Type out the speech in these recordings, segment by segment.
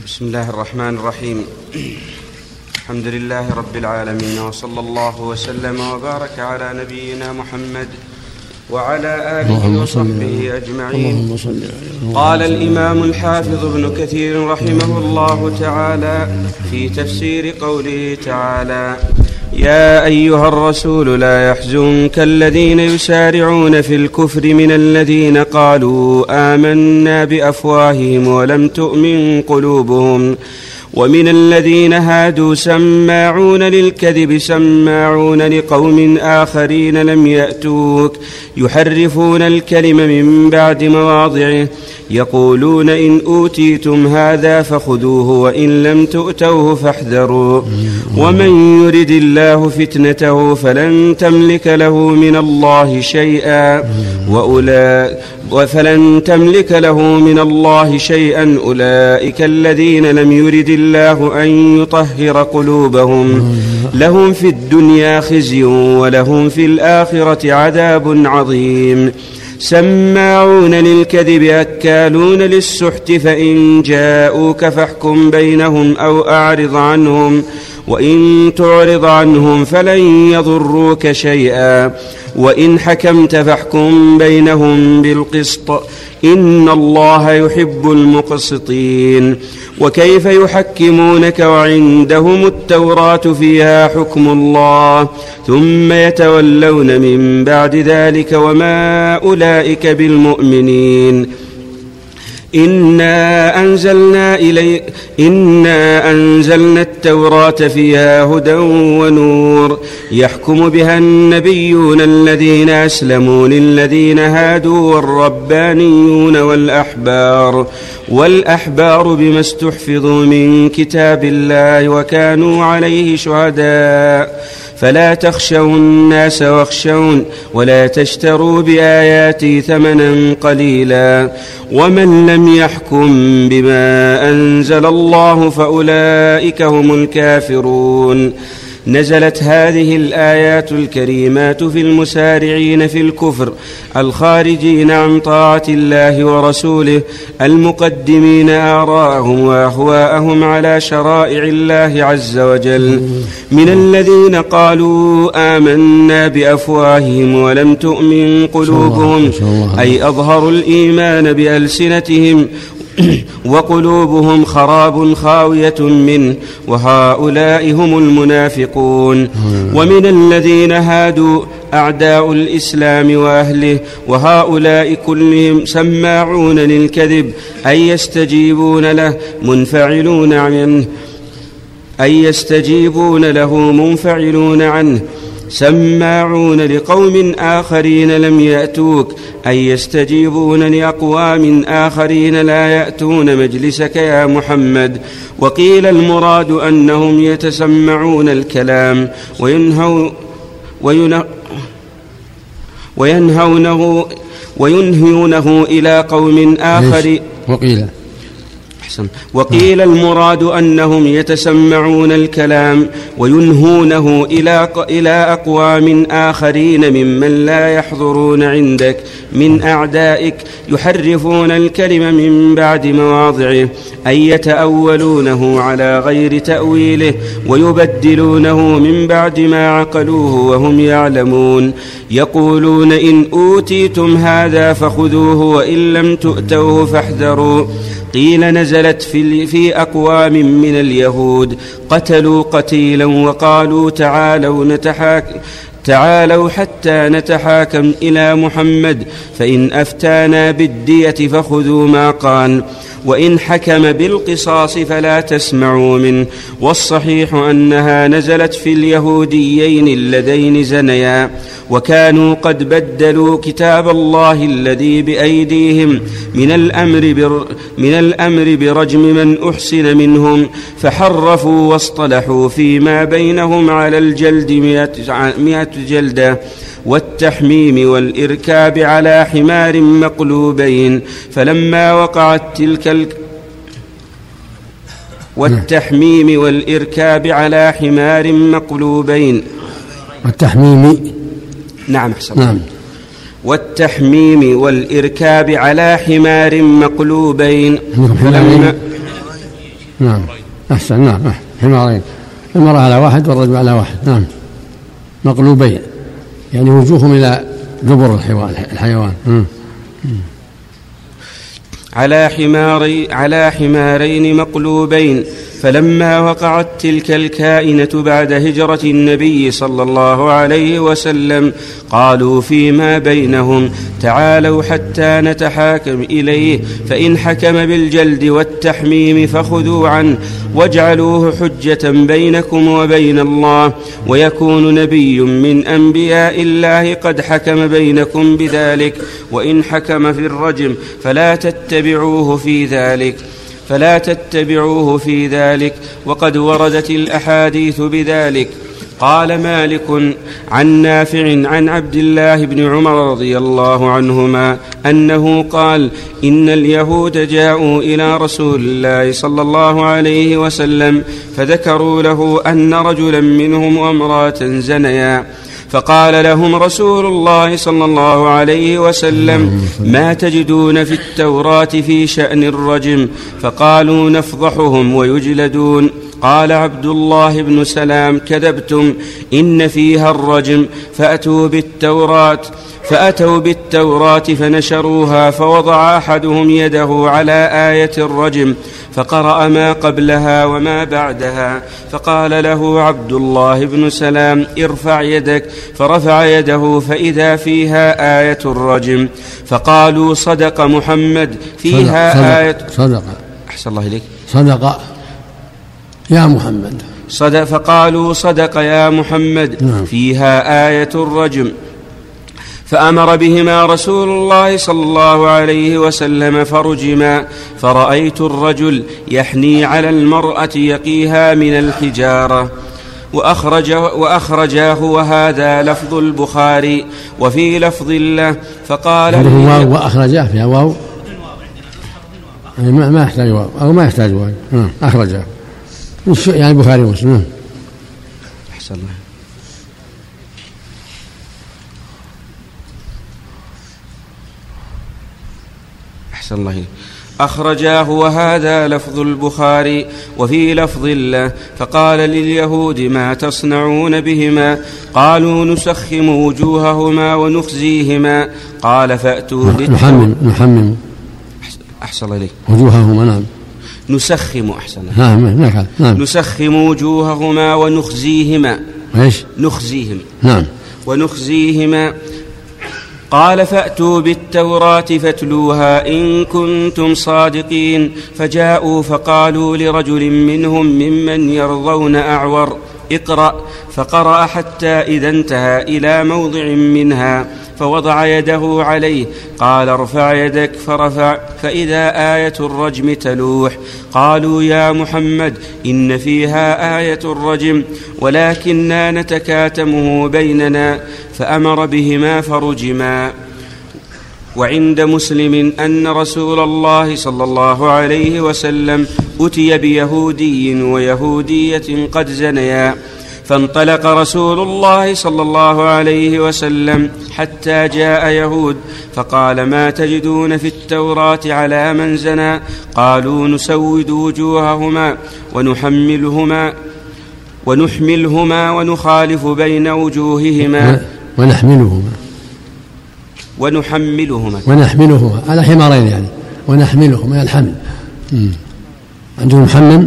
بسم الله الرحمن الرحيم. الحمد لله رب العالمين، وصلى الله وسلم وبارك على نبينا محمد وعلى آله وصحبه أجمعين. قال الإمام الحافظ ابن كثير رحمه الله تعالى في تفسير قوله تعالى: يا أيها الرسول لا يحزنك الذين يسارعون في الكفر من الذين قالوا آمنا بأفواههم ولم تؤمن قلوبهم، ومن الذين هادوا سماعون للكذب سماعون لقوم آخرين لم يأتوك يحرفون الكلم من بعد مواضعه يقولون إن أوتيتم هذا فخذوه وإن لم تؤتوه فاحذروا، ومن يرد الله فتنته فلن تملك له من الله شيئا أولئك الذين لم يرد الله أن يطهر قلوبهم، لهم في الدنيا خزي ولهم في الآخرة عذاب عظيم. سماعون للكذب أكالون للسحت، فإن جاءوك فاحكم بينهم أو أعرض عنهم، وإن تعرض عنهم فلن يضروك شيئا، وإن حكمت فاحكم بينهم بالقسط إن الله يحب المقسطين. وكيف يحكمونك وعندهم التوراة فيها حكم الله ثم يتولون من بعد ذلك وما أولئك بالمؤمنين. إنا أنزلنا التوراة فيها هدى ونور يحكم بها النبيون الذين أسلموا للذين هادوا والربانيون والأحبار بما استحفظوا من كتاب الله وكانوا عليه شهداء، فلا تخشوا الناس واخشون ولا تشتروا بآياتي ثمنا قليلا، ومن لم يحكم بما أنزل الله فأولئك هم الكافرون. نزلت هذه الآيات الكريمات في المسارعين في الكفر الخارجين عن طاعة الله ورسوله المقدمين آراءهم وأهواءهم على شرائع الله عز وجل، من الذين قالوا آمنا بأفواههم ولم تؤمن قلوبهم، أي أظهروا الإيمان بألسنتهم وقلوبهم خراب خاوية منه، وهؤلاء هم المنافقون. ومن الذين هادوا أعداء الإسلام وأهله، وهؤلاء كلهم سماعون للكذب أي يستجيبون له منفعلون عنه، سماعون لقوم آخرين لم يأتوك أي يستجيبون لأقوام آخرين لا يأتون مجلسك يا محمد. وقيل المراد أنهم يتسمعون الكلام وينهونه إلى قوم آخر. وقيل المراد أنهم يتسمعون الكلام وينهونه إلى أقوام آخرين ممن لا يحضرون عندك من أعدائك يحرفون الكلم من بعد مواضعه أي يتأولونه على غير تأويله ويبدلونه من بعد ما عقلوه وهم يعلمون. يقولون إن أوتيتم هذا فخذوه وإن لم تؤتوه فاحذروا. قيل نزلت في أقوام من اليهود قتلوا قتيلا وقالوا تعالوا حتى نتحاكم إلى محمد، فإن أفتانا بالدية فخذوا ما قال، وإن حكم بالقصاص فلا تسمعوا منه. والصحيح أنها نزلت في اليهوديين اللذين زنيا وكانوا قد بدلوا كتاب الله الذي بأيديهم من الأمر برجم من أحسن منهم، فحرفوا واصطلحوا فيما بينهم على الجلد 100 جلدة، والتحميم والإركاب على حمار مقلوبين. فلما وقعت تلك والتحميم والإركاب على حمار مقلوبين. والتحميم والإركاب على حمار مقلوبين. نعم أحسن. نعم حمارين، المرأة على واحد والرجل على واحد. نعم مقلوبين، يعني وجوههم إلى دبر الحيوان. على حمارين مقلوبين. فلما وقعت تلك الكائنة بعد هجرة النبي صلى الله عليه وسلم قالوا فيما بينهم: تعالوا حتى نتحاكم إليه، فإن حكم بالجلد والتحميم فخذوا عنه واجعلوه حجة بينكم وبين الله، ويكون نبي من أنبياء الله قد حكم بينكم بذلك، وإن حكم في الرجم فلا تتبعوه في ذلك وقد وردت الأحاديث بذلك. قال مالك عن نافع عن عبد الله بن عمر رضي الله عنهما أنه قال: إن اليهود جاءوا إلى رسول الله صلى الله عليه وسلم فذكروا له أن رجلا منهم وامرأة زنيا، فقال لهم رسول الله صلى الله عليه وسلم: ما تجدون في التوراة في شأن الرجم؟ فقالوا: نفضحهم ويجلدون. قال عبد الله بن سلام: كذبتم، إن فيها الرجم. فأتوا بالتوراة فنشروها، فوضع أحدهم يده على آية الرجم فقرأ ما قبلها وما بعدها، فقال له عبد الله بن سلام: ارفع يدك، فرفع يده فإذا فيها آية الرجم. فقالوا: صدق محمد، فيها آية. صدق. أحسن الله إليك. صدق يا محمد. فقالوا: صدق يا محمد، فيها آية الرجم. فأمر بهما رسول الله صلى الله عليه وسلم فرجما، فرأيت الرجل يحني على المرأة يقيها من الحجارة. وأخرجاه وهذا لفظ البخاري. وفي لفظ له فقال: وأخرجاه فيها واو، ما يحتاج واو أو ما يحتاج واو. أخرجاه يعني البخاري ومسلم. أحسن الله. أحسن الله. أخرجاه وهذا لفظ البخاري. وفي لفظ له فقال لليهود: ما تصنعون بهما؟ قالوا: نسخم وجوههما ونخزيهما. قال: فأتوا نحمم. أحسن الله إليك. وجوههما. نعم. نسخم. أحسن الله. نعم. نسخم وجوههما ونخزيهما. ايش؟ نخزيهم. نعم. ونخزيهما. قال: فأتوا بالتوراة فاتلوها إن كنتم صادقين. فجاءوا فقالوا لرجل منهم ممن يرضون أعور: اقرأ. فقرأ حتى إذا انتهى إلى موضع منها فوضع يده عليه. قال: ارفع يدك. فرفع فإذا آية الرجم تلوح. قالوا: يا محمد، إن فيها آية الرجم ولكننا نتكاتمه بيننا. فأمر بهما فرجما. وعند مسلم أن رسول الله صلى الله عليه وسلم أتي بيهودي ويهودية قد زنيا، فانطلق رسول الله صلى الله عليه وسلم حتى جاء يهود، فقال: ما تجدون في التوراة على من زنى؟ قالوا: نسود وجوههما ونحملهما ونخالف بين وجوههما ونحملهما على حمارين يعني، ونحملهما الحمل. عندهم محمم.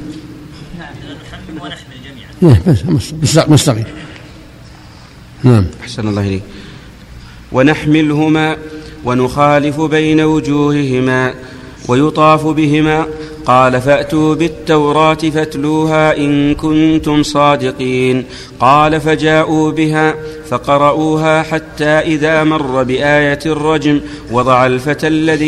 بس مستقيم. نعم. أحسن الله إليك. ونحملهما ونخالف بين وجوههما ويطاف بهما. قال: فأتوا بالتوراة فاتلوها إن كنتم صادقين. قال: فجاءوا بها فقرأوها حتى إذا مر بآية الرجم وضع الفتى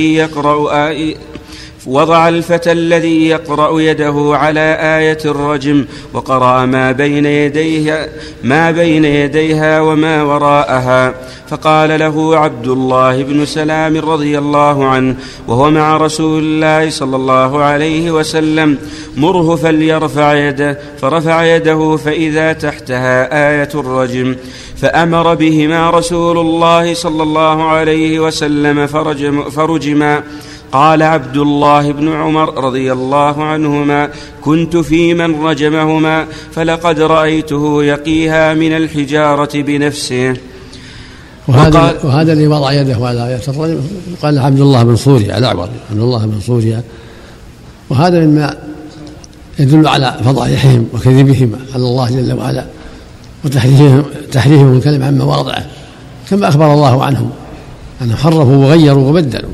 الذي يقرأ يده على آية الرجم وقرأ ما بين يديها وما وراءها. فقال له عبد الله بن سلام رضي الله عنه وهو مع رسول الله صلى الله عليه وسلم: مره فليرفع يده. فرفع يده فإذا تحتها آية الرجم. فأمر بهما رسول الله صلى الله عليه وسلم فرجما. قال عبد الله بن عمر رضي الله عنهما: كنت في من رجمهما فلقد رأيته يقيها من الحجارة بنفسه. وهذا اللي وضع يده على آية الرجم قال عبد الله بن سوريا الأعور، عبد الله بن سوريا. وهذا مما يدل على فضائحهم وكذبهم على الله جل وعلا وتحريفهم الكلم عن مواضعه، كما أخبر الله عنهم أنهم حرفوا وغيروا وبدلوا.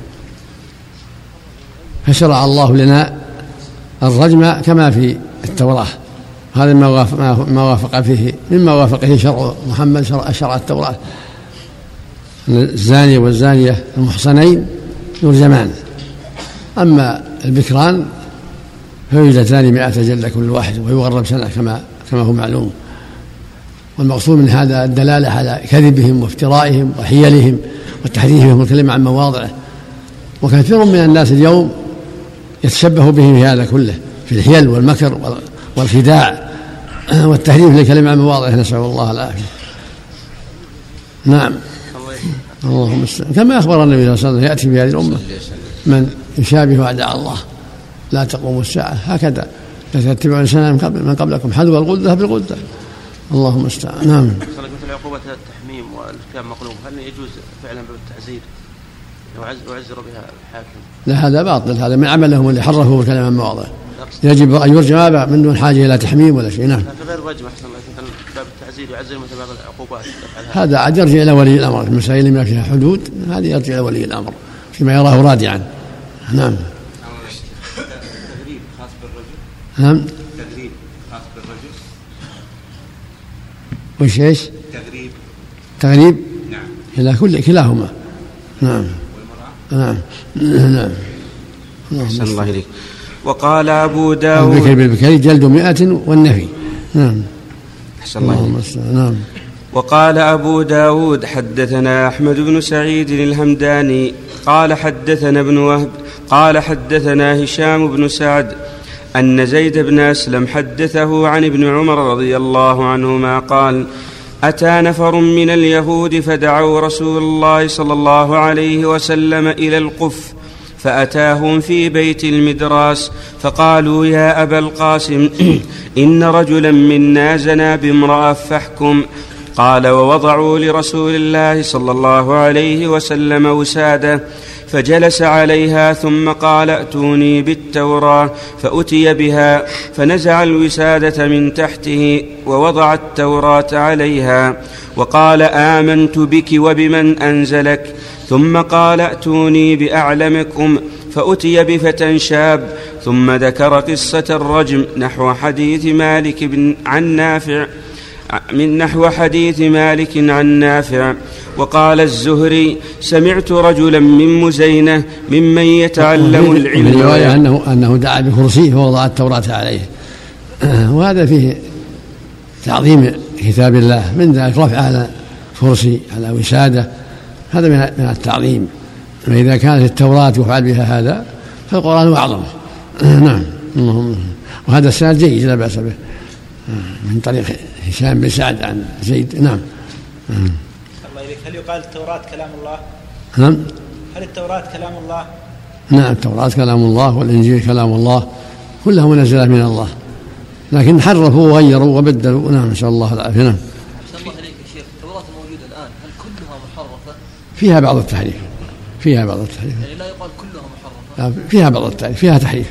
فشرع الله لنا الرجم كما في التوراة، هذا ما وافق فيه مما وافقه شرع محمد شرع التوراة، الزاني والزانية المحصنين يرجمان، أما البكران فيجلدان 100 جلدة كل واحد ويغرب سنة كما هو معلوم. والمقصود من هذا الدلالة على كذبهم وافترائهم وحيلهم وتحريفهم الكلمة عن مواضعه. وكثير من الناس اليوم يتشبه بهم في هذا كله، في الحيل والمكر والخداع والتحريف للكلمة عن مواضعه، نسأل الله العافية. نعم. اللهم استعان. كما أخبر النبي صلى الله عليه وسلم يأتي في هذه الأمة من يشابه أعداء الله لا تقوم الساعة، هكذا تتبع الإنسان من قبلكم حذو الغدة بالغدة. اللهم استعان. نعم. مثل عقوبة التحميم والكلام مقلوب، هل يجوز فعلا بالتعزير ويعزر بها الحاكم؟ لا، هذا باطل، هذا من عملهم اللي حرفوا الكلام عن مواضعه. يجب أن يرجم من دون حاجة إلى تحميم ولا شيء. نعم. غير الرجم أحسن الله، مثل باب التعزير يعزر مثل بعض العقوبات. هذا عاد يرجع إلى ولي الأمر، المسائل ما فيها حدود هذه يرجع إلى ولي الأمر فيما يراه رادعا. نعم. تغريب خاص بالرجل. نعم. تغريب خاص بالرجل. وش ايش؟ تغريب. نعم. إلى كلاهما. نعم. والمرأة. نعم. أحسن الله إليك. وقال أبو داود بالبكر جلد 100 والنفي. نعم. أحسن الله إليك. نعم. وقال أبو داود حدثنا أحمد بن سعيد الهمداني قال حدثنا ابن وهب قال حدثنا هشام بن سعد أن زيد بن أسلم حدثه عن ابن عمر رضي الله عنهما قال: أتى نفر من اليهود فدعوا رسول الله صلى الله عليه وسلم إلى القف، فأتاهم في بيت المدراس فقالوا: يا أبا القاسم، إن رجلا منا زنى بامرأة فاحكم. قال: ووضعوا لرسول الله صلى الله عليه وسلم وسادة، فجلس عليها ثم قال: ائتوني بالتوراة، فأتي بها فنزع الوسادة من تحته ووضع التوراة عليها وقال: آمنت بك وبمن أنزلك. ثم قال: ائتوني بأعلمكم، فأتي بفتى شاب، ثم ذكر قصة الرجم نحو حديث مالك عن نافع. وقال الزهري: سمعت رجلا من مزينة ممن يتعلم العلم. من رواية أنه دعا بكرسيه فوضع التوراة عليه، وهذا فيه تعظيم كتاب الله، من ذلك رفع على كرسي على وسادة، هذا من التعظيم. فإذا كانت التوراة يفعل بها هذا فالقرآن أعظم. نعم. وهذا السند جيد لا بأس به، من طريق هشام بن سعد عن زيد. نعم. الله إليك، هل يقال التوراة كلام الله؟ نعم. هل التوراة كلام الله؟ نعم، التوراة كلام الله والإنجيل كلام الله، كلها منزلة من الله، لكن حرفوا وغيروا وبدلوا. نعم، نسأل الله العافية. نعم. أحسن الله إليك يا شيخ، التوراة الموجودة الآن هل كلها محرفة؟ فيها بعض التحريف، يعني لا يقال كلها محرفة. فيها بعض التحريف، فيها تحريف.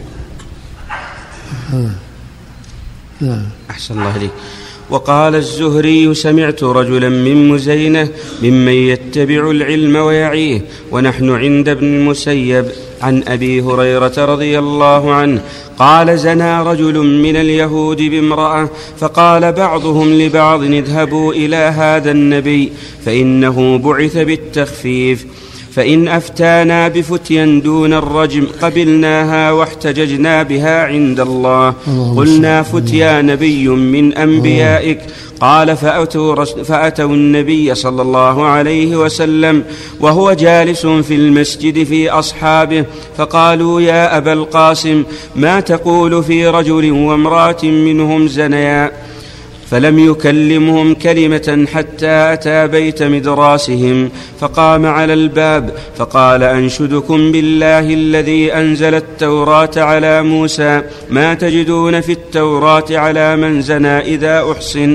نعم. أحسن الله إليك. وقال الزهري: سمعت رجلا من مزينة ممن يتبع العلم ويعيه ونحن عند ابن المسيب عن أبي هريرة رضي الله عنه قال: زنى رجل من اليهود بامرأة، فقال بعضهم لبعض: اذهبوا إلى هذا النبي فإنه بعث بالتخفيف، فإن أفتانا بفتيا دون الرجم قبلناها واحتججنا بها عند الله. قلنا: فتيا نبي من أنبيائك. قال: فأتوا النبي صلى الله عليه وسلم وهو جالس في المسجد في أصحابه، فقالوا: يا أبا القاسم، ما تقول في رجل وامرأة منهم زنيا؟ فلم يكلمهم كلمة حتى أتى بيت مدراسهم، فقام على الباب فقال: أنشدكم بالله الذي أنزل التوراة على موسى ما تجدون في التوراة على من زنى إذا أحصن.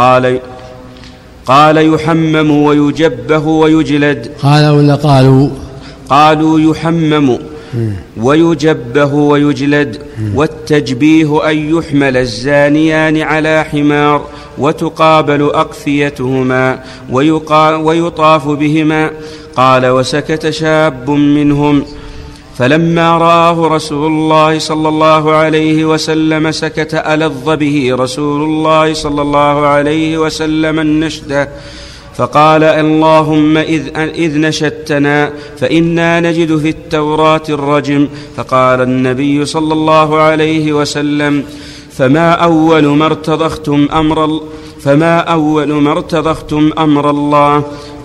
قال: يحمم ويجبه ويجلد. قالوا يحمم ويجبه ويجلد. والتجبيه أن يحمل الزانيان على حمار وتقابل أقفيتهما ويطاف بهما. قال: وسكت شاب منهم، فلما رآه رسول الله صلى الله عليه وسلم سكت ألظ به رسول الله صلى الله عليه وسلم النشدة، فقال: اللهم إذ نشدتنا فإنا نجد في التوراة الرجم. فقال النبي صلى الله عليه وسلم: فما أول ما ارتضختم أمر الله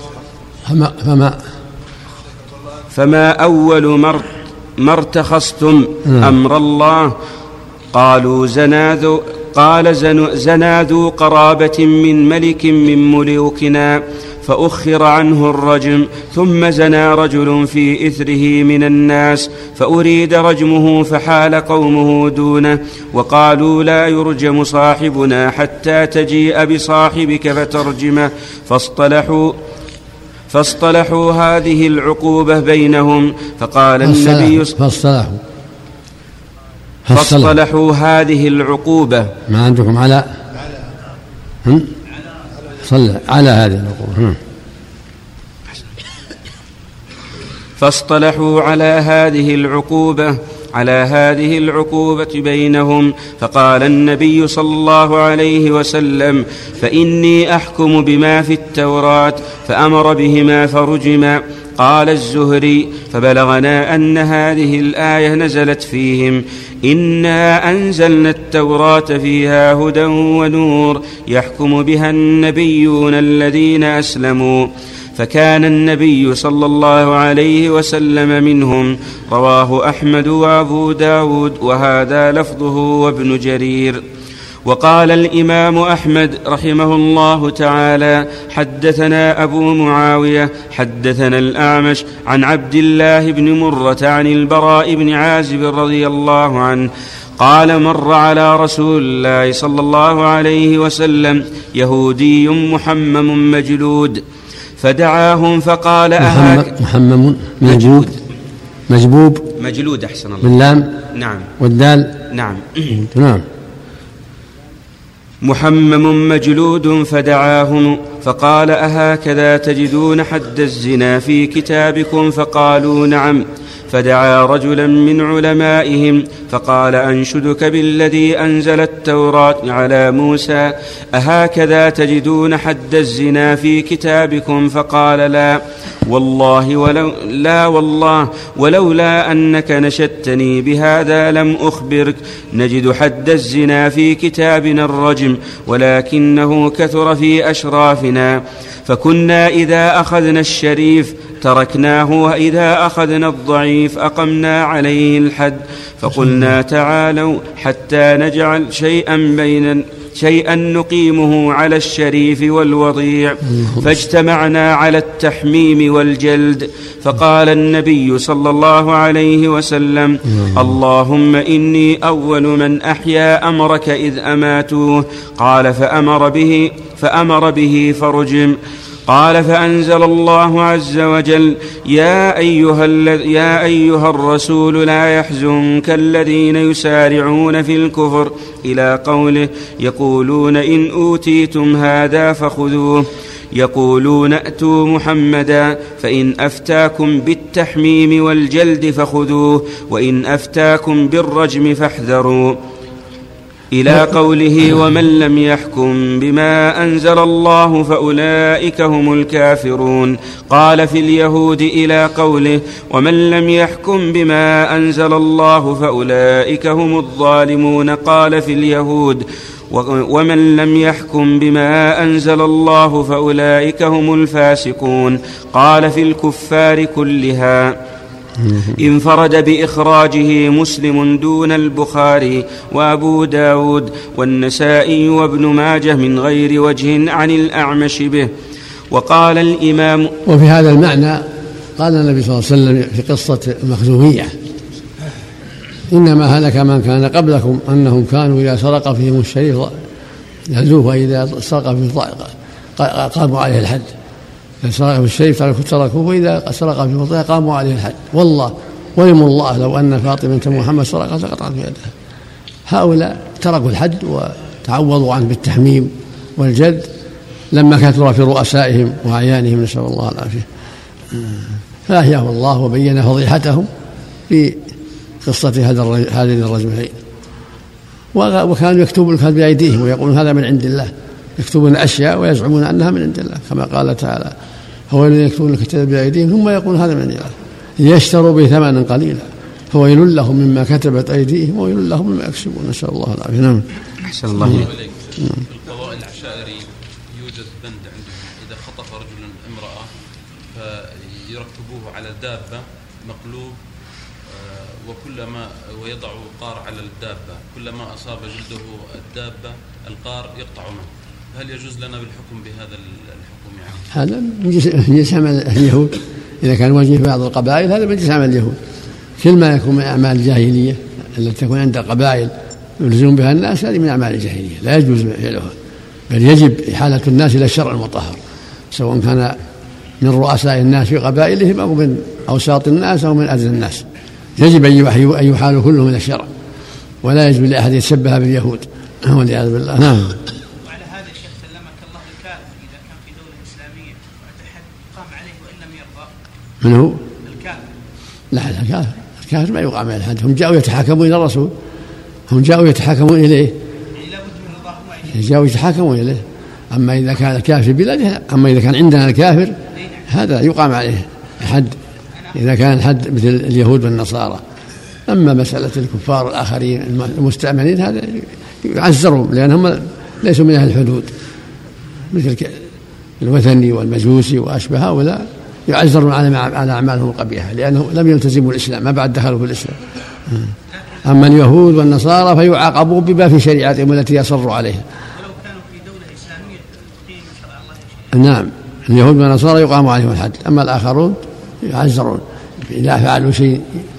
فما أول ما ارتخصتم أمر الله. قالوا: قال: زنا ذو قرابة من ملك من ملوكنا فأخر عنه الرجم، ثم زنا رجل في إثره من الناس فأريد رجمه فحال قومه دونه، وقالوا: لا يرجم صاحبنا حتى تجيء بصاحبك فترجمه، فاصطلحوا هذه العقوبة بينهم. فقال النبي فاصطلحوا هذه العقوبة. ما عندكم على صلى على هذه العقوبة. فاصطلحوا على هذه العقوبة بينهم. فقال النبي صلى الله عليه وسلم: فإني أحكم بما في التوراة، فأمر بهما فرجما. قال الزهري: فبلغنا أن هذه الآية نزلت فيهم: إنا أنزلنا التوراة فيها هدى ونور يحكم بها النبيون الذين أسلموا، فكان النبي صلى الله عليه وسلم منهم. رواه أحمد وأبو داود، وهذا لفظه وابن جرير. وقال الإمام أحمد رحمه الله تعالى: حدثنا أبو معاوية حدثنا الأعمش عن عبد الله بن مرة عن البراء بن عازب رضي الله عنه قال: مر على رسول الله صلى الله عليه وسلم يهودي محمم مجلود، فدعاهم فقال: محمم مجلود أحسن الله باللام نعم والدال نعم محمم مجلود، فدعاهم فقال: أهكذا تجدون حد الزنا في كتابكم؟ فقالوا: نعم. فدعا رجلا من علمائهم فقال: أنشدك بالذي أنزل التوراة على موسى، أهكذا تجدون حد الزنا في كتابكم؟ فقال: لا والله ولولا أنك نشدتني بهذا لم أخبرك. نجد حد الزنا في كتابنا الرجم، ولكنه كثر في أشرافنا، فكنا إذا أخذنا الشريف تركناه، وإذا أخذنا الضعيف أقمنا عليه الحد. فقلنا: تعالوا حتى نجعل شيئا نقيمه على الشريف والوضيع، فاجتمعنا على التحميم والجلد. فقال النبي صلى الله عليه وسلم: اللهم إني أول من أحيا أمرك إذ أماتوه. قال: فأمر به فرجم. قال: فأنزل الله عز وجل: يا أيها الرسول لا يحزنك الذين يسارعون في الكفر، إلى قوله: يقولون إن أوتيتم هذا فخذوه، يقولون ائتوا محمدا فإن أفتاكم بالتحميم والجلد فخذوه، وإن أفتاكم بالرجم فاحذروا، إلى قوله: ومن لم يحكم بما أنزل الله فأولئك هم الكافرون. قال في اليهود إلى قوله: ومن لم يحكم بما أنزل الله فأولئك هم الظالمون. قال في اليهود: ومن لم يحكم بما أنزل الله فأولئك هم الفاسقون. قال في الكفار كلها. انفرد بإخراجه مسلم دون البخاري وأبو داود والنسائي وابن ماجه من غير وجه عن الأعمش به. وقال الإمام. وفي هذا المعنى قال النبي صلى الله عليه وسلم في قصة المخزومية: إنما هلك من كان قبلكم أنهم كانوا إذا سرق فيهم الشريف يهزوه، وإذا سرق فيهم قاموا عليه الحد. إذا سرق في الشريف تركوه، وإذا سرق في الضيعة قاموا عليه الحد. والله ويم الله لو أن فاطمة محمد سرقت سقطت في يدها. هؤلاء تركوا الحد وتعوضوا عنه بالتحميم والجد لما كثر في رؤسائهم وأعيانهم، نسأل الله العافية. فأحياه الله وبين فضيحتهم في قصة هذين الرجلين. وكانوا يكتبون الكتاب بأيديهم ويقولون هذا من عند الله، يكتبون أشياء ويزعمون أنها من عند الله، كما قال تعالى: هو الذين يكتبون الكتاب بأيديهم ثم يقولون هذا من عند الله ليشتروا به ثمنا قليلا فويل لهم مما كتبت أيديهم وويل لهم مما يكسبون، نسأل الله العافية. نعم. أحسن الله إليك. في القضاء العشائري يوجد بند عندهم: إذا خطف رجل امرأة فيركبوه على دابة مقلوب، ويضع قار على الدابة، كلما أصاب جلده الدابة القار يقطع منه. هل يجوز لنا بالحكم بهذا الحكم يعني؟ هذا من جنس عمل اليهود. إذا كان وجه في بعض القبائل هذا من جنس عمل اليهود. كل ما يكون من أعمال الجاهلية التي تكون عند القبائل يلزم بها الناس، هذه من أعمال الجاهلية لا يجوز فعلها، بل يجب إحالة الناس إلى الشرع المطهر، سواء كان من رؤساء الناس في قبائلهم أو من أوساط الناس أو من أدنى الناس. يجب أن يحال كلهم إلى الشرع، ولا يجب لأحد يتشبه باليهود والعياذ بالله. نعم. وعلى هذا الشيخ سلمك الله الكافر إذا كان في دولة إسلامية وأتحد قام عليه وإن لم يرضى. من هو؟ الكافر. لا، الكافر ما يقام عليه الحد. هم جاءوا يتحاكمون إلى الرسول، هم جاءوا يتحاكمون إليه، جاءوا يتحاكمون إليه. أما إذا كان الكافر في بلاده، أما إذا كان عندنا الكافر هذا يقام عليه الحد إذا كان الحد مثل اليهود والنصارى. أما مسألة الكفار الآخرين المستأمنين هذا يعزرهم لأنهم ليسوا من أهل الحدود، مثل الوثني والمجوسي وأشبه هؤلاء يعزرون على أعمالهم القبيحة لأنهم لم يلتزموا الإسلام، ما بعد دخلوا في الإسلام. أما اليهود والنصارى فيعاقبوا بما في شريعتهم التي يصروا عليها. ولو كانوا في دولة إسلامية تقيم شرع الله. نعم، اليهود والنصارى يقام عليهم الحد، أما الآخرون يعزرون إذا فعلوا شيء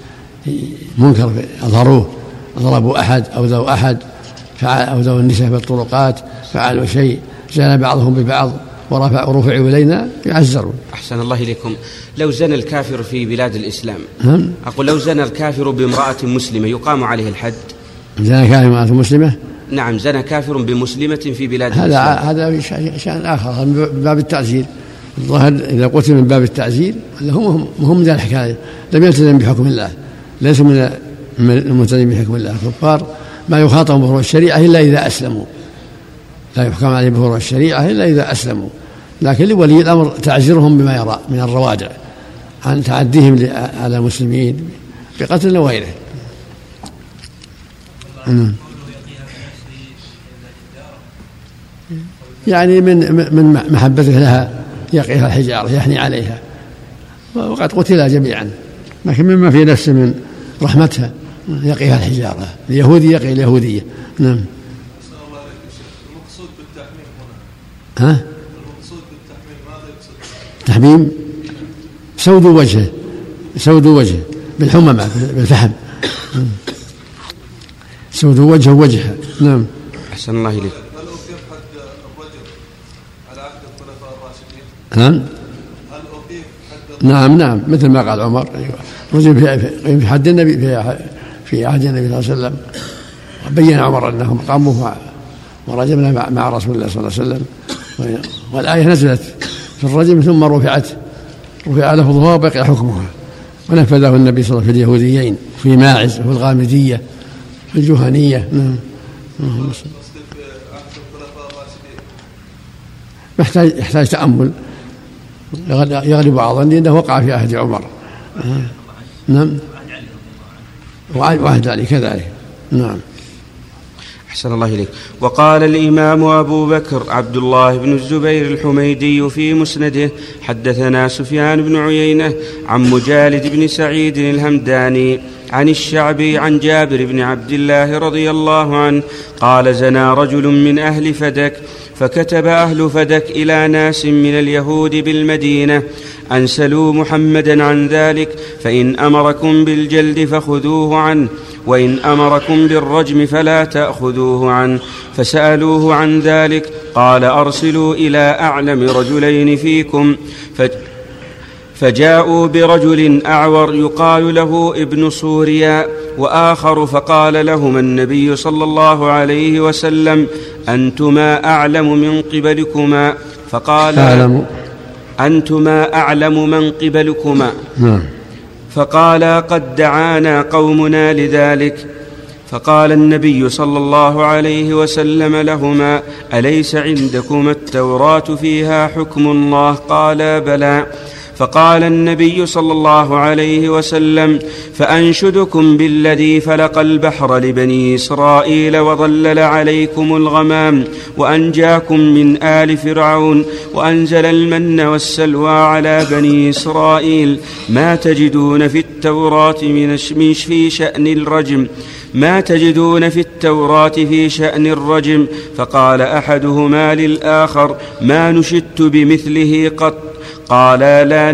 منكر أظهروه، ضربوا أحد أو ذو أحد، أو ذو النساء في الطرقات، فعلوا شيء زال بعضهم ببعض ورفعوا إلينا يعزرون. أحسن الله إليكم. لو زنى الكافر في بلاد الإسلام، أقول لو زنى الكافر بامرأة مسلمة يقام عليه الحد؟ زنى كافر بامرأة مسلمة؟ نعم، زنى كافر بمسلمة في بلاد الإسلام. هذا شأن آخر من باب التعزير. الظاهر إذا قلت من باب التعزير هم من ذا الحكاية، لم يلتزم بحكم الله، ليسوا من الملتزمين بحكم الله. الكفار ما يخاطبون بفروع الشريعة إلا إذا أسلموا، لا يحكم عليه بفروع الشريعة إلا إذا أسلموا، لكن لولي الأمر تعزيرهم بما يرى من الروادع عن تعديهم على المسلمين بقتل وغيره. يعني من محبته لها يقيها الحجارة يحني عليها، وقد قتلا جميعا، لكن مما في نفسه من رحمتها يقيها الحجارة. اليهودي يقي اليهودية. نعم. المقصود بالتحميم هنا. المقصود بالتحميم ماذا يقصد؟ تحميم سود وجهه بالحممة بالفحم، سود وجهه وجهها. نعم. أحسن الله إليك. هل أقيم حد الرجل على عهد الخلفاء الراشدين؟ نعم. هل أقيم حد؟ نعم، مثل ما قال عمر، رجل في حد النبي في عهد النبي صلى الله عليه وسلم، وبين عمر أنهم قاموا ورجمنا مع رسول الله صلى الله عليه وسلم، والآية نزلت في الرجم ثم رفع لفظها وبقي حكمها، ونفذه النبي صلى الله عليه وسلم في اليهوديين، في ماعز وفي الغامدية في الجهنية. نعم. يحتاج تأمل، يغلب على ظني أنه وقع في عهد عمر. نعم، وعهد علي كذلك. نعم. أحسن الله إليك. وقال الإمام أبو بكر عبد الله بن الزبير الحميدي في مسنده: حدثنا سفيان بن عيينة عن مجالد بن سعيد الهمداني عن الشعبي عن جابر بن عبد الله رضي الله عنه قال: زنى رجل من أهل فدك، فكتب أهل فدك إلى ناس من اليهود بالمدينة أن سلوا محمدا عن ذلك، فإن أمركم بالجلد فخذوه عنه، وإن أمركم بالرجم فلا تأخذوه عنه. فسألوه عن ذلك قال: أرسلوا إلى أعلم رجلين فيكم. فجاءوا برجل أعور يقال له ابن سوريا وآخر، فقال لهما النبي صلى الله عليه وسلم: أنتما أعلم من قبلكما. فقال: أنتما أعلم من قبلكما. فقال: قد دعانا قومنا لذلك. فقال النبي صلى الله عليه وسلم لهما: أليس عندكما التوراة فيها حكم الله؟ قالا: بلى. فقال النبي صلى الله عليه وسلم: فأنشدكم بالذي فلق البحر لبني إسرائيل وظلل عليكم الغمام وأنجاكم من آل فرعون وأنزل المن والسلوى على بني إسرائيل، ما تجدون في التوراة في شأن الرجم، ما تجدون في التوراة في شأن الرجم. فقال أحدهما للآخر: ما نشدت بمثله قط. قال: لا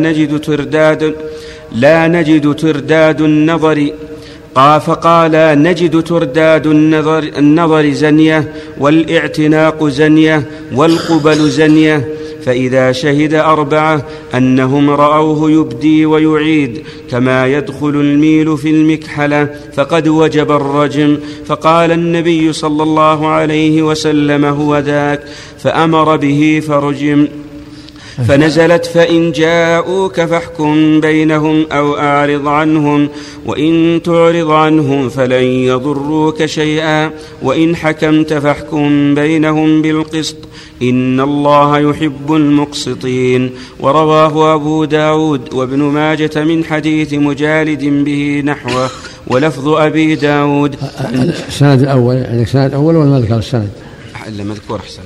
نجد ترداد النظر. فقال: نجد ترداد النظر زنية، والاعتناق زنية، والقبل زنية. فإذا شهد 4 أنهم رأوه يبدي ويعيد كما يدخل الميل في المكحلة فقد وجب الرجم. فقال النبي صلى الله عليه وسلم: هو ذاك. فأمر به فرجم. فنزلت: فإن جاءوك فاحكم بينهم أو أعرض عنهم، وإن تعرض عنهم فلن يضروك شيئا، وإن حكمت فاحكم بينهم بالقسط، إن الله يحب المقسطين. ورواه أبو داود وابن ماجة من حديث مجالد به نحوه، ولفظ أبي داود. السند الأول يعني السند الأول ولا ما ذكر السند؟ إلا مذكور أحسن.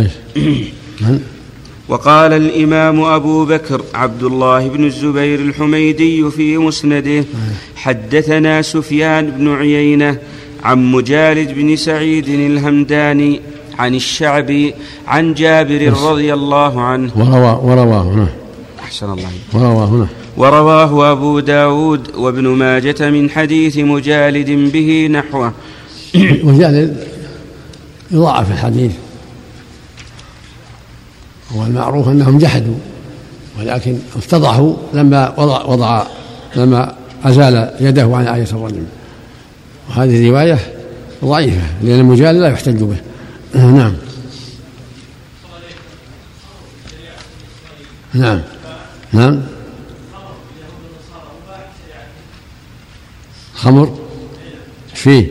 وقال الإمام أبو بكر عبد الله بن الزبير الحميدي في مسنده: حدثنا سفيان بن عيينة عن مجالد بن سعيد الهمداني عن الشعبي عن جابر رضي الله عنه. ورواه أحسن الله. ورواه أبو داود وابن ماجة من حديث مجالد به نحوه. مجالد يضاعف الحديث، والمعروف أنهم جحدوا، ولكن افتضحوا لما أزال يده عن آية الرجم. وهذه رواية ضعيفة لأن المجال لا يحتج به. نعم. خمر فيه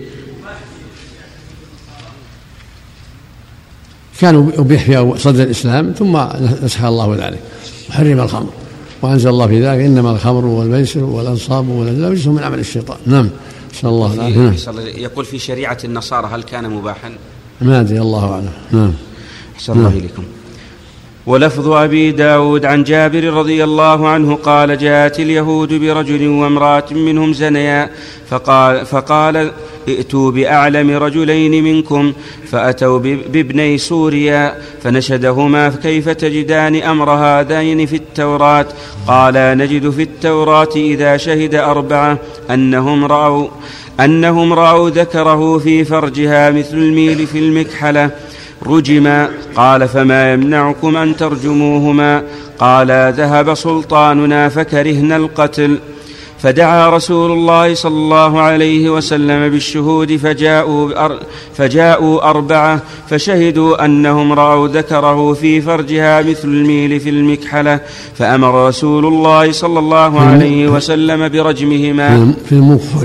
كانوا يبيح في صدر الإسلام ثم نسخ الله ذلك وحرم الخمر، وأنزل الله في ذلك: إنما الخمر والميسر والأنصاب والأزلام رجس من عمل الشيطان. نعم. صلى الله عليه وسلم. يقول في شريعة النصارى هل كان مباحا؟ ما أدري، الله أعلم. نعم. أحسن الله إليكم. ولفظ أبي داود عن جابر رضي الله عنه قال: جاءت اليهود برجل وامرأة منهم زنيا، فقال: ائتوا بأعلم رجلين منكم. فأتوا بابني سوريا فنشدهما: كيف تجدان أمر هذين في التوراة؟ قالا: نجد في التوراة إذا شهد 4 أنهم رأوا ذكره في فرجها مثل الميل في المكحلة رجما. قال: فما يمنعكم أن ترجموهما؟ قالا: ذهب سلطاننا فكرهنا القتل. فدعا رسول الله صلى الله عليه وسلم بالشهود فجاءوا 4 فشهدوا أنهم رأوا ذكره في فرجها مثل الميل في المكحلة، فأمر رسول الله صلى الله عليه وسلم برجمهما. في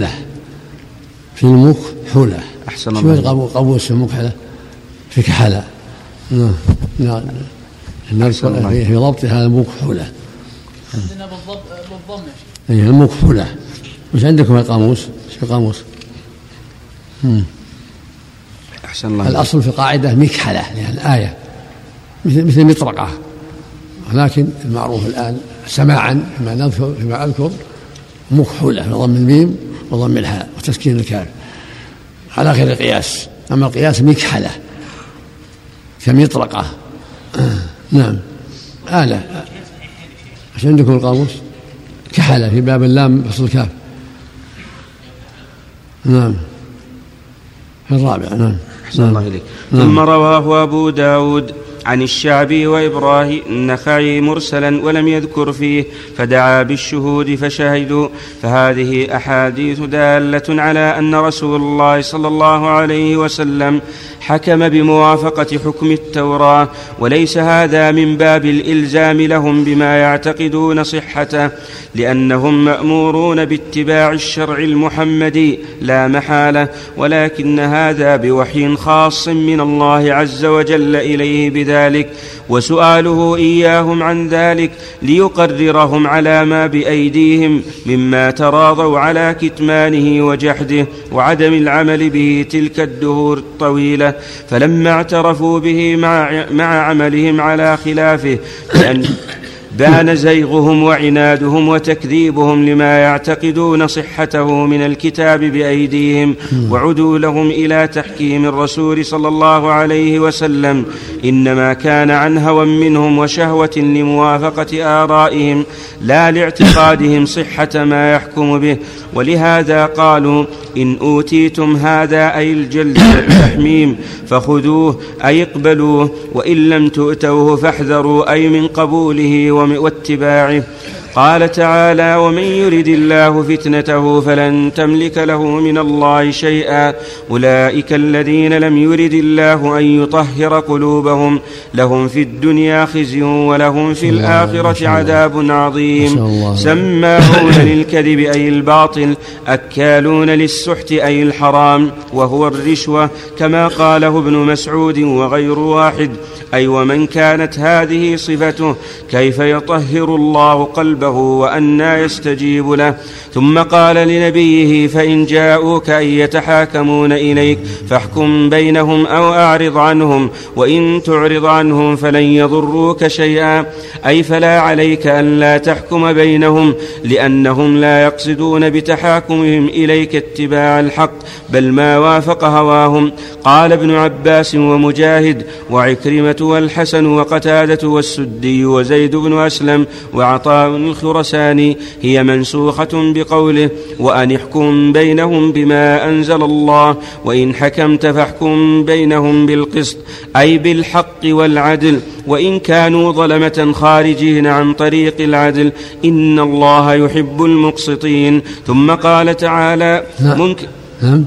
المكحلة. أحسن الله. شو قبوس المكحلة؟ في كحلة. نعم. في ضبطها المكحلة. عندنا بالضم. المكحلة. مش عندكم القاموس؟ شو القاموس؟ أحسن الله. الأصل في القاعدة مكحلة يعني آية مثل مطرقة، ولكن المعروف الآن سماعا فيما أذكر مكحولة بضم الميم وضم الحاء وتسكين الكاف على غير القياس. أما القياس مكحلة كمطرقة. نعم آلة. عشان عندكم القاموس كحلة في باب اللام فصل الكاف. نعم في الرابع. نعم أحسن الله إليك. ثم رواه أبو داود عن الشعبي وإبراهيم النخعي مرسلا ولم يذكر فيه، فدعا بالشهود فشهدوا. فهذه أحاديث دالة على أن رسول الله صلى الله عليه وسلم حكم بموافقة حكم التوراة، وليس هذا من باب الإلزام لهم بما يعتقدون صحته، لأنهم مأمورون باتباع الشرع المحمدي لا محالة، ولكن هذا بوحي خاص من الله عز وجل إليه بذلك، وسؤاله إياهم عن ذلك ليقررهم على ما بأيديهم مما تراضوا على كتمانه وجحده وعدم العمل به تلك الدهور الطويلة. فلما اعترفوا به مع عملهم على خلافه بان زيغهم وعنادهم وتكذيبهم لما يعتقدون صحته من الكتاب بأيديهم، وعدولهم إلى تحكيم الرسول صلى الله عليه وسلم إنما كان عن هوى منهم وشهوة لموافقة آرائهم لا لاعتقادهم صحة ما يحكم به. ولهذا قالوا إن أوتيتم هذا أي الجلد والتحميم فخذوه أي اقبلوه، وإن لم تؤتوه فاحذروا أي من قبوله واتباعه. قال تعالى ومن يرد الله فتنته فلن تملك له من الله شيئا أولئك الذين لم يرد الله أن يطهر قلوبهم لهم في الدنيا خزي ولهم في الآخرة عذاب عظيم. سماعون للكذب أي الباطل، أكالون للسحت أي الحرام وهو الرشوة، كما قاله ابن مسعود وغير واحد، أي ومن كانت هذه صفته كيف يطهر الله قلبه وأنى يستجيب له. ثم قال لنبيه فإن جاءوك أن يتحاكمون إليك فاحكم بينهم أو أعرض عنهم، وإن تعرض عنهم فلن يضروك شيئا، أي فلا عليك أن لا تحكم بينهم، لأنهم لا يقصدون بتحاكمهم إليك اتباع الحق بل ما وافق هواهم. قال ابن عباس ومجاهد وعكرمة والحسن وقتادة والسدي وزيد بن أسلم وعطاء الخرساني هي منسوخة بقوله وأن احكم بينهم بما أنزل الله، وإن حكمت فاحكم بينهم بالقسط أي بالحق والعدل، وإن كانوا ظلمة خارجين عن طريق العدل إن الله يحب المقسطين. ثم قال تعالى ممكن نعم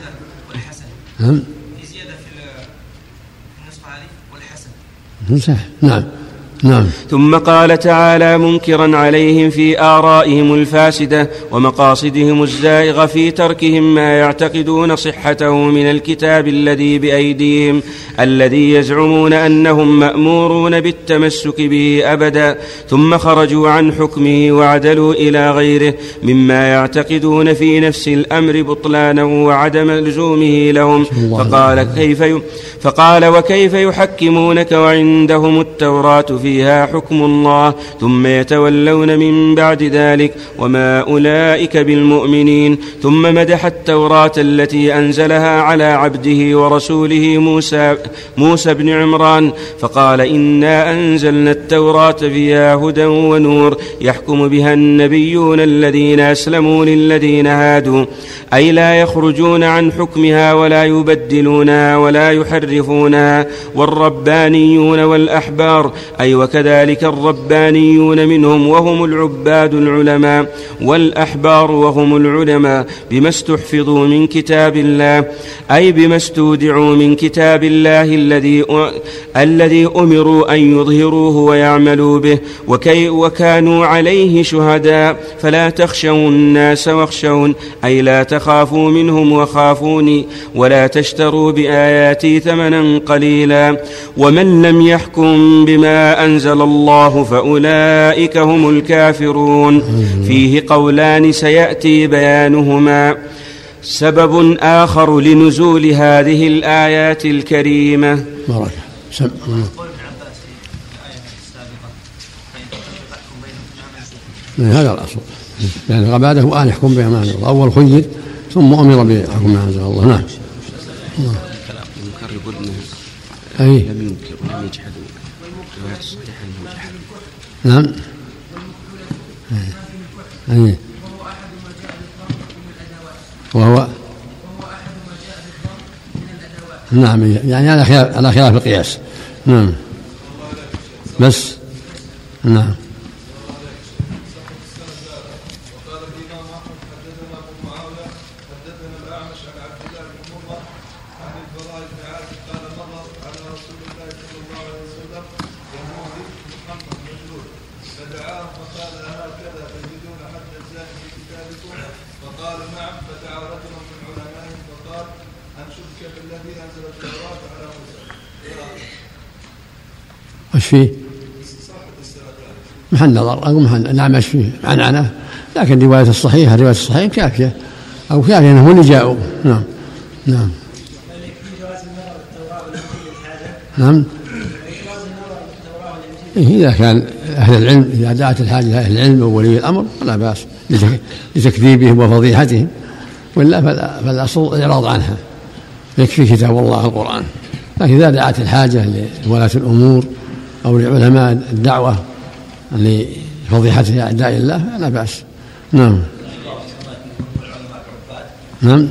في زيادة في النسخة هذه والحسن. نعم نعم. ثم قال تعالى منكرا عليهم في آرائهم الفاسدة ومقاصدهم الزائغة في تركهم ما يعتقدون صحته من الكتاب الذي بأيديهم الذي يزعمون أنهم مأمورون بالتمسك به أبدا، ثم خرجوا عن حكمه وعدلوا إلى غيره مما يعتقدون في نفس الأمر بطلانه وعدم لزومه لهم. فقال وكيف يحكمونك وعندهم التوراة فيها حكم الله ثم يتولون من بعد ذلك وما أولئك بالمؤمنين. ثم مدح التوراة التي أنزلها على عبده ورسوله موسى بن عمران فقال إنا أنزلنا التوراة فيها هدى ونور يحكم بها النبيون الذين أسلموا للذين هادوا، أي لا يخرجون عن حكمها ولا يبدلونها ولا يحرفونها. والربانيون والأحبار أي وكذلك الربانيون منهم وهم العباد العلماء، والأحبار وهم العلماء بما استحفظوا من كتاب الله، أي بما استودعوا من كتاب الله الذي أمروا أن يظهروه ويعملوا به وكانوا عليه شهداء. فلا تخشوا الناس واخشون، أي لا تخافوا منهم وخافوني، ولا تشتروا بآياتي ثمنا قليلا. ومن لم يحكم بما أنزل الله فأولئك هم الكافرون. فيه قولان سيأتي بيانهما. سبب آخر لنزول هذه الآيات الكريمة. بارك. قول ابن عباس في الآية السابقة فإن تحكم بينهم هذا الأصل، يعني العبادة هو أن يحكم بها ما أنزل الله، أول خير ثم أمر بحكم ما أنزل الله. نعم. المنكر يقول إنه أي لم ينكر ولم يجحد الروايات الصحيحة أنه جحد. نعم. أي وهو نعم، يعني على خلاف القياس. نعم بس نعم. وش فيه؟ محل نظر أو محل نعمش فيه عنعنة، لكن رواية الصحيح كافية أو كافية أنهم اللي جاءوا. نعم نعم نعم. إذا كان أهل العلم، إذا دعت الحاجة إلى أهل العلم وولي الأمر فلا بأس لتكذيبهم وفضيحتهم، وإلا فالأصل الإعراض عنها، يكفي كتاب الله القرآن. لكن إذا دعت الحاجة لولاة الأمور أو لعلماء الدعوة لفضيحة أعداء الله فلا بأس. نعم نعم.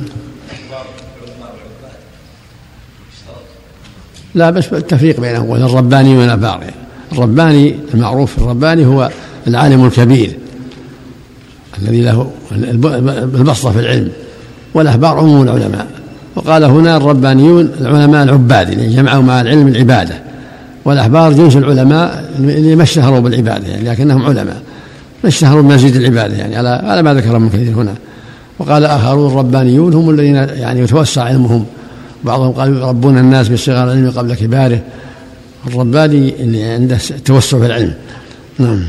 لا بس التفريق بينهم، وبين الرباني والأبار. الرباني المعروف الرباني هو العالم الكبير الذي له البسطة في العلم، والأحبار عموم العلماء. وقال هنا الربانيون العلماء العباد اللي جمعوا مع العلم العبادة، والأحبار جنس العلماء اللي ما اشتهروا بالعبادة يعني، لكنهم علماء ما اشتهروا بمزيد العبادة يعني على ما ذكر ابن كثير هنا. وقال آخرون الربانيون هم الذين يعني يتوسع علمهم، بعضهم قالوا يربون الناس بصغار العلم قبل كباره. الرباني اللي عنده توسع في العلم. نعم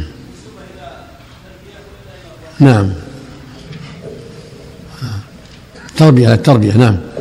نعم. التربية نعم.